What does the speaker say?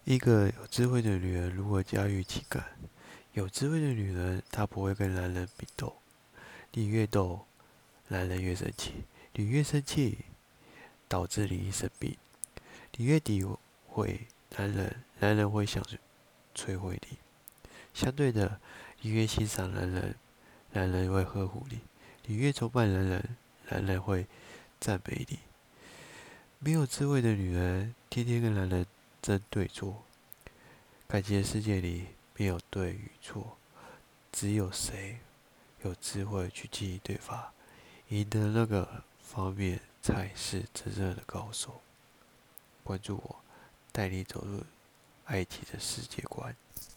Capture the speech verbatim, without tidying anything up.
一个有智慧的女人如何驾驭情感？有智慧的女人，她不会跟男人比斗，你越斗，男人越生气，你越生气，导致你生病。你越诋毁男人，男人会想摧毁你。相对的，你越欣赏男人，男人会呵护你；你越崇拜男人，男人会赞美你。没有智慧的女人，天天跟男人争对错。感情的世界里没有对与错，只有谁有智慧去记忆对方，赢得那个方面才是真正的高手。关注我，带你走入爱情的世界观。